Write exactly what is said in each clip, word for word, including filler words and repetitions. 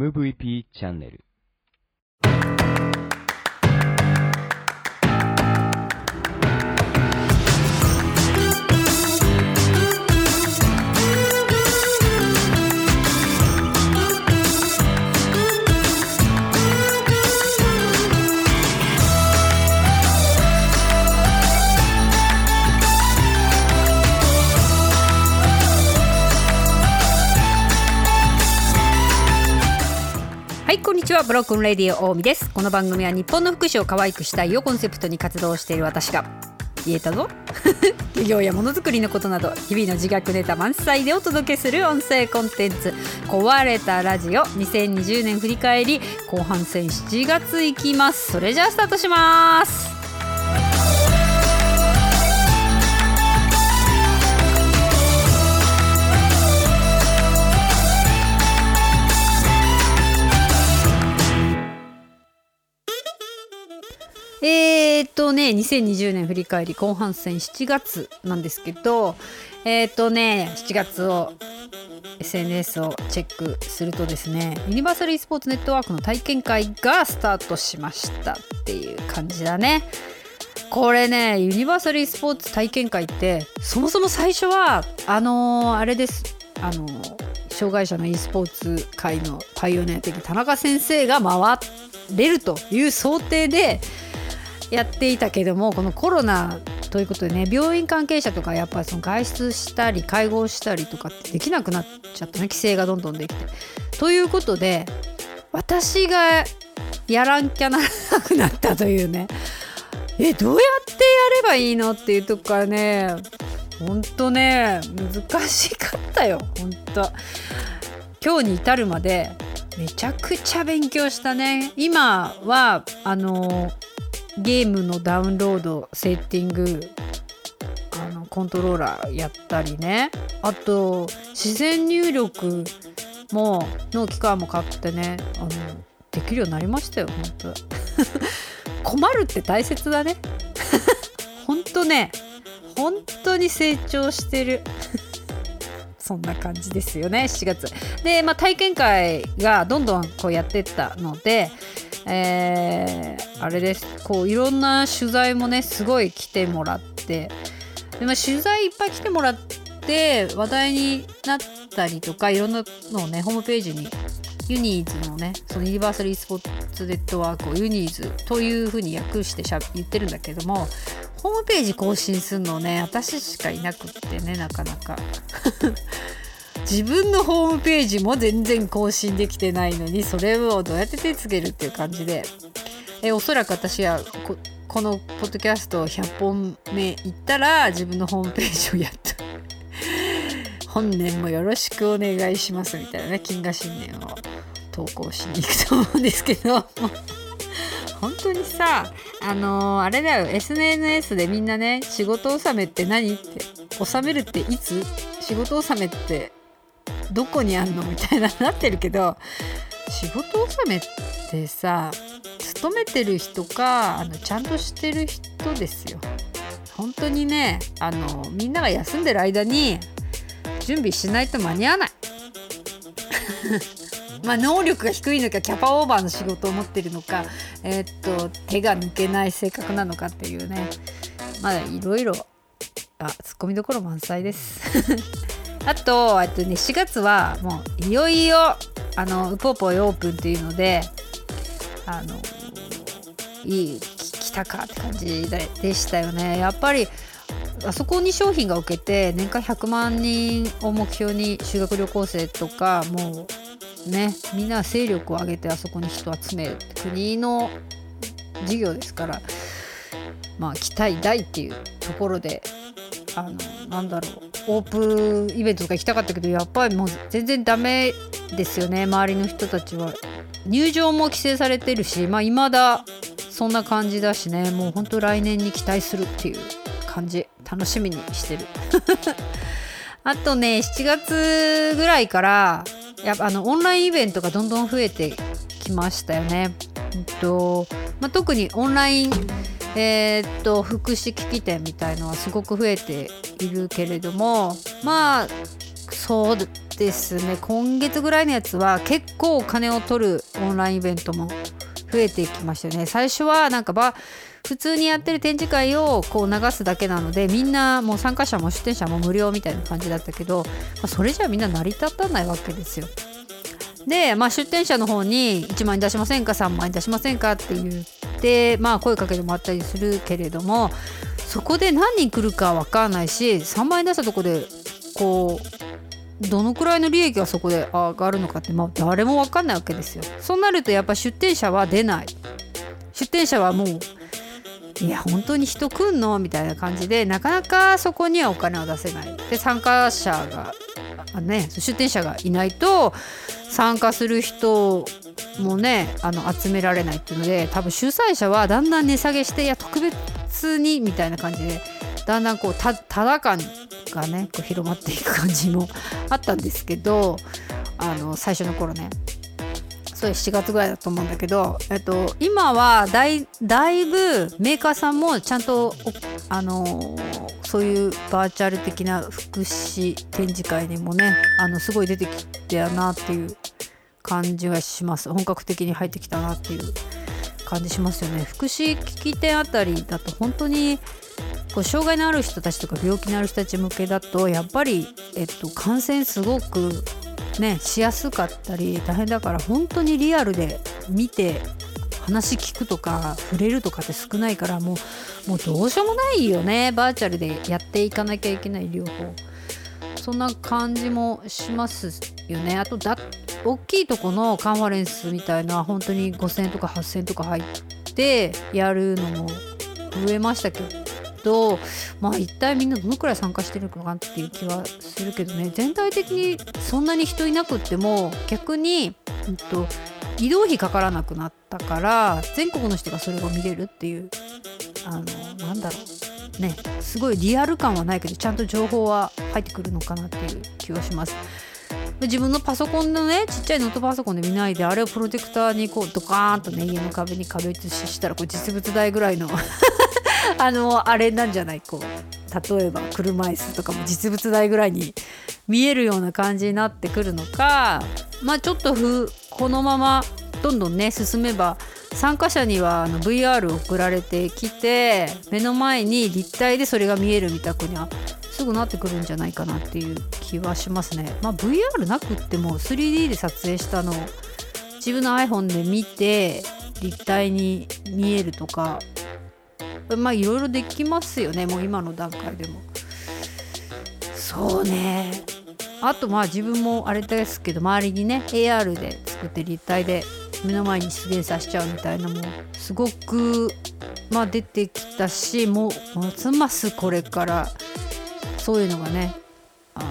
エムブイピー チャンネル。 はい、こんにちは。ブロックンレディオ大見です。この番組は日本の福祉を可愛くしたいをコンセプトに活動している私が、言えたぞ企業やものづくりのことなど日々の自虐ネタ満載でお届けする音声コンテンツ、壊れたラジオ。にせんにじゅうねん振り返り後半戦しちがついきます。それじゃあスタートします。えーっとねにせんにじゅうねん振り返り後半戦しちがつなんですけど、えーっとねしちがつを エスエヌエス をチェックするとですね、ユニバーサル e スポーツネットワークの体験会がスタートしましたっていう感じだね。これね、ユニバーサル e スポーツ体験会ってそもそも最初はあのー、あれですあのー、障害者の e スポーツ界のパイオニア的田中先生が回れるという想定でやっていたけども、このコロナということでね、病院関係者とかやっぱりその外出したり介護したりとかってできなくなっちゃったね。規制がどんどんできてということで、私がやらんきゃならなくなったというね。えどうやってやればいいのっていうとこからね、ほんとね難しかったよ。ほんと今日に至るまでめちゃくちゃ勉強したね。今はあのゲームのダウンロードセッティング、あのコントローラーやったりね、あと自然入力もの機械も買ってね、あのできるようになりましたよ。本当困るって大切だね本当ね本当に成長してるそんな感じですよね。しちがつで、まあ、体験会がどんどんこうやってったので、えー、あれです、こういろんな取材もねすごい来てもらって、で、まあ、取材いっぱい来てもらって話題になったりとか、いろんなのをねホームページにユニーズのね、そのユニバーサル e スポーツネットワークをユニーズというふうに訳してしゃ言ってるんだけども、ホームページ更新するのね私しかいなくってね、なかなか自分のホームページも全然更新できてないのに、それをどうやって手つけるっていう感じで、えおそらく私は こ, このポッドキャストひゃっぽんめいったら自分のホームページをやっと本年もよろしくお願いしますみたいなね、金河新年を投稿しに行くと思うんですけど本当にさ、あのー、あれだよ、 エスエヌエス でみんなね、仕事納めって何って、納めるっていつ、仕事納めってどこにあんのみたいななってるけど、仕事納めってさ、勤めてる人かあのちゃんとしてる人ですよ。本当にね、あのみんなが休んでる間に準備しないと間に合わないまあ能力が低いのか、キャパオーバーの仕事を持ってるのか、えー、っと手が抜けない性格なのかっていうね、まだいろいろあツッコミどころ満載ですあと、あとね、しがつはもういよいよあのウポポイオープンっていうので、あのいい来たかって感じでしたよね。やっぱりあそこに商品が受けて年間ひゃくまんにんを目標に修学旅行生とかもうね、みんな勢力を上げてあそこに人を集める国の事業ですから、まあ期待大っていうところで、あのなんだろう、オープンイベントとか行きたかったけど、やっぱりもう全然ダメですよね。周りの人たちは入場も規制されてるし、まあ未だそんな感じだしね、もう本当来年に期待するっていう感じ、楽しみにしてるあとね、しちがつぐらいからやっぱあのオンラインイベントがどんどん増えてきましたよね。えっとまあ、特にオンライン、えー、っと福祉機器店みたいのはすごく増えているけれども、まあそうですね、今月ぐらいのやつは結構お金を取るオンラインイベントも増えてきましたよね。最初はなんかば普通にやってる展示会をこう流すだけなので、みんなもう参加者も出展者も無料みたいな感じだったけど、まあ、それじゃみんな成り立たないわけですよ。で、まあ、出展者の方にいちまん円出しませんかさんまん円出しませんかって言って、まあ、声かけてもらったりするけれども、そこで何人来るか分かんないし、さんまん円出したとこでこうどのくらいの利益がそこで上がるのかって、まあ、誰も分かんないわけですよ。そうなるとやっぱ出展者は出ない。出展者はもういや本当に人来んのみたいな感じで、なかなかそこにはお金を出せない。で、参加者がね、出展者がいないと参加する人もねあの集められないっていうので、多分主催者はだんだん値下げして、いや特別にみたいな感じでだんだんこうたただ感がねこう広まっていく感じもあったんですけど、あの最初の頃ね、それしちがつぐらいだと思うんだけど、えっと、今はだい、だいぶメーカーさんもちゃんとあのそういうバーチャル的な福祉展示会にもねあのすごい出てきてやなっていう感じがします。本格的に入ってきたなっていう感じしますよね。福祉機器店あたりだと本当にこう障害のある人たちとか病気のある人たち向けだとやっぱり、えっと、感染すごくねしやすかったり大変だから、本当にリアルで見て話聞くとか触れるとかって少ないから、もう、もうどうしようもないよね、バーチャルでやっていかなきゃいけない両方。そんな感じもしますよね。あとだ大きいとこのカンファレンスみたいな本当にごせんえんとかはっせんえんとか入ってやるのも増えましたけど、まあ一体みんなどのくらい参加してるのかなっていう気はするけどね。全体的にそんなに人いなくっても逆に、うんと、移動費かからなくなったから全国の人がそれを見れるっていう、あのなんだろうね、すごいリアル感はないけどちゃんと情報は入ってくるのかなっていう気はします。自分のパソコンのねちっちゃいノートパソコンで見ないで、あれをプロジェクターにこうドカーンとね家の壁に壁写ししたらこう実物大ぐらいのあのあれなんじゃない、こう例えば車椅子とかも実物大ぐらいに見えるような感じになってくるのか、まあちょっとふこのままどんどんね進めば参加者にはあの ブイアール 送られてきて目の前に立体でそれが見えるみたくにはすぐなってくるんじゃないかなっていう気はしますね。まあ ブイアール なくっても スリーディー で撮影したのを自分の iPhone で見て立体に見えるとか、まあいろいろできますよね、もう今の段階でも。そうね、あとまあ自分もあれですけど周りにね エーアール で作って立体で目の前に出現させちゃうみたいなのもすごくまあ出てきたし、もうますますこれからそういうのがね、あの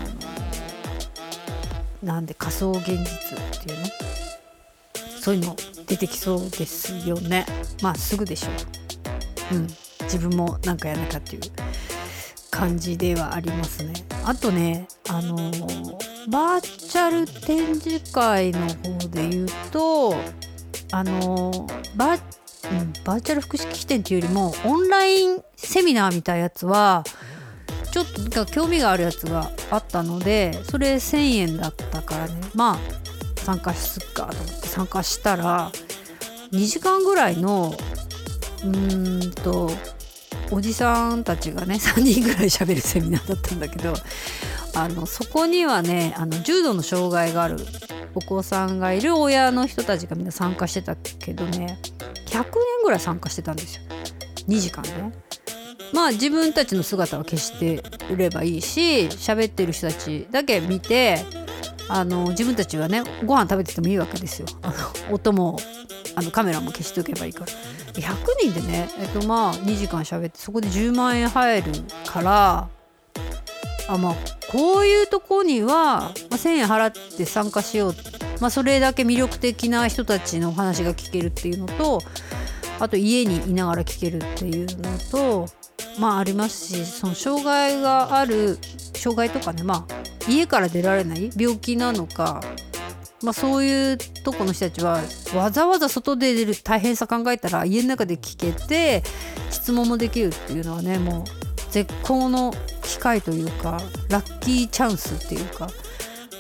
なんで仮想現実っていうの、そういうの出てきそうですよね。まあすぐでしょう。うん、自分もなんかやらなきゃっていう感じではありますね。あとね、あのバーチャル展示会の方で言うと、あのバー、うん、バーチャル福祉機器展っていうよりもオンラインセミナーみたいなやつはちょっと興味があるやつがあったので、それせんえんだったからね、まあ参加すっかと思って参加したらにじかんぐらいのうーんとおじさんたちがねさんにんぐらい喋るセミナーだったんだけど、あのそこにはねあの重度の障害があるお子さんがいる親の人たちがみんな参加してたけどね、ひゃくにんぐらい参加してたんですよ、にじかんね。まあ自分たちの姿は消していればいいし、喋ってる人たちだけ見て、あの自分たちはねご飯食べててもいいわけですよ。あの音もあのカメラも消しておけばいいから、ひゃくにんでね、えっとまあにじかん喋ってそこでじゅうまんえん入るから、あまあこういうとこには、まあ、せんえん払って参加しよう、まあ、それだけ魅力的な人たちのお話が聞けるっていうのと、あと家にいながら聞けるっていうのとまあありますし、その障害がある障害とかね、まあ家から出られない病気なのか、まあそういうとこの人たちはわざわざ外で出る大変さ考えたら家の中で聞けて質問もできるっていうのはね、もう絶好の機会というかラッキーチャンスっていうか、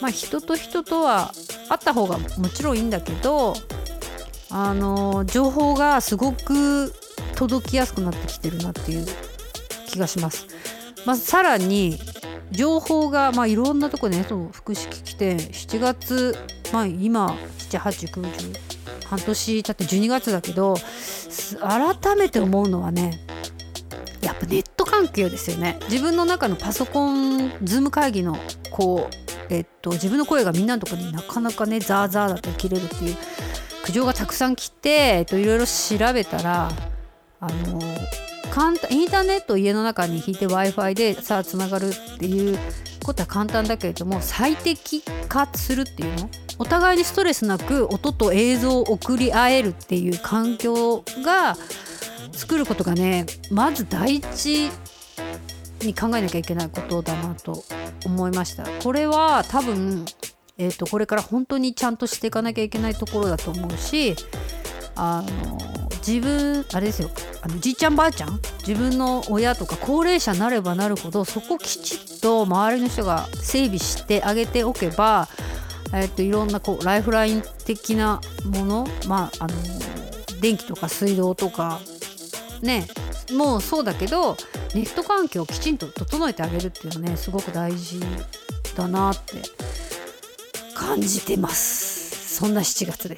まあ人と人とはあった方がもちろんいいんだけど、あの情報がすごく届きやすくなってきてるなっていう気がします。まあ、さらに情報がまあいろんなところでね、そう福祉来てしちがつ、まあ今ななはちきゅうじゅう半年経ってじゅうにがつだけど、改めて思うのはね、やっぱネット環境ですよね。自分の中のパソコンズーム会議のこうえっと自分の声がみんなのところになかなかねザーザーだったり切れるっていう苦情がたくさん来て、えっといろいろ調べたら、あの簡単インターネットを家の中に引いて Wi-Fi でさあつながるっていうことは簡単だけれども、最適化するっていうの、お互いにストレスなく音と映像を送り合えるっていう環境が作ることがね、まず第一に考えなきゃいけないことだなと思いました。これは多分、えーと、これから本当にちゃんとしていかなきゃいけないところだと思うし、あの自分あれですよ、あのじいちゃんばあちゃん、自分の親とか高齢者になればなるほど、そこきちっと周りの人が整備してあげておけば、えーと、いろんなこうライフライン的なもの、まああの電気とか水道とかね、もうそうだけどネット環境をきちんと整えてあげるっていうのはね、すごく大事だなって感じてます。そんなしちがつです。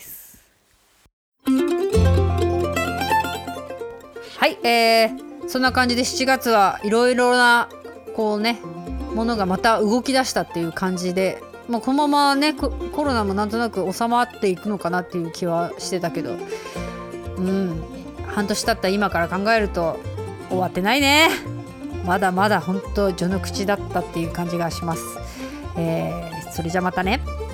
はい、えー、そんな感じでしちがつはいろいろなこうねものがまた動き出したっていう感じで、もうこのままねコロナもなんとなく収まっていくのかなっていう気はしてたけど、うん半年経った今から考えると終わってないね。まだまだ本当序の口だったっていう感じがします。えー、それじゃまたね。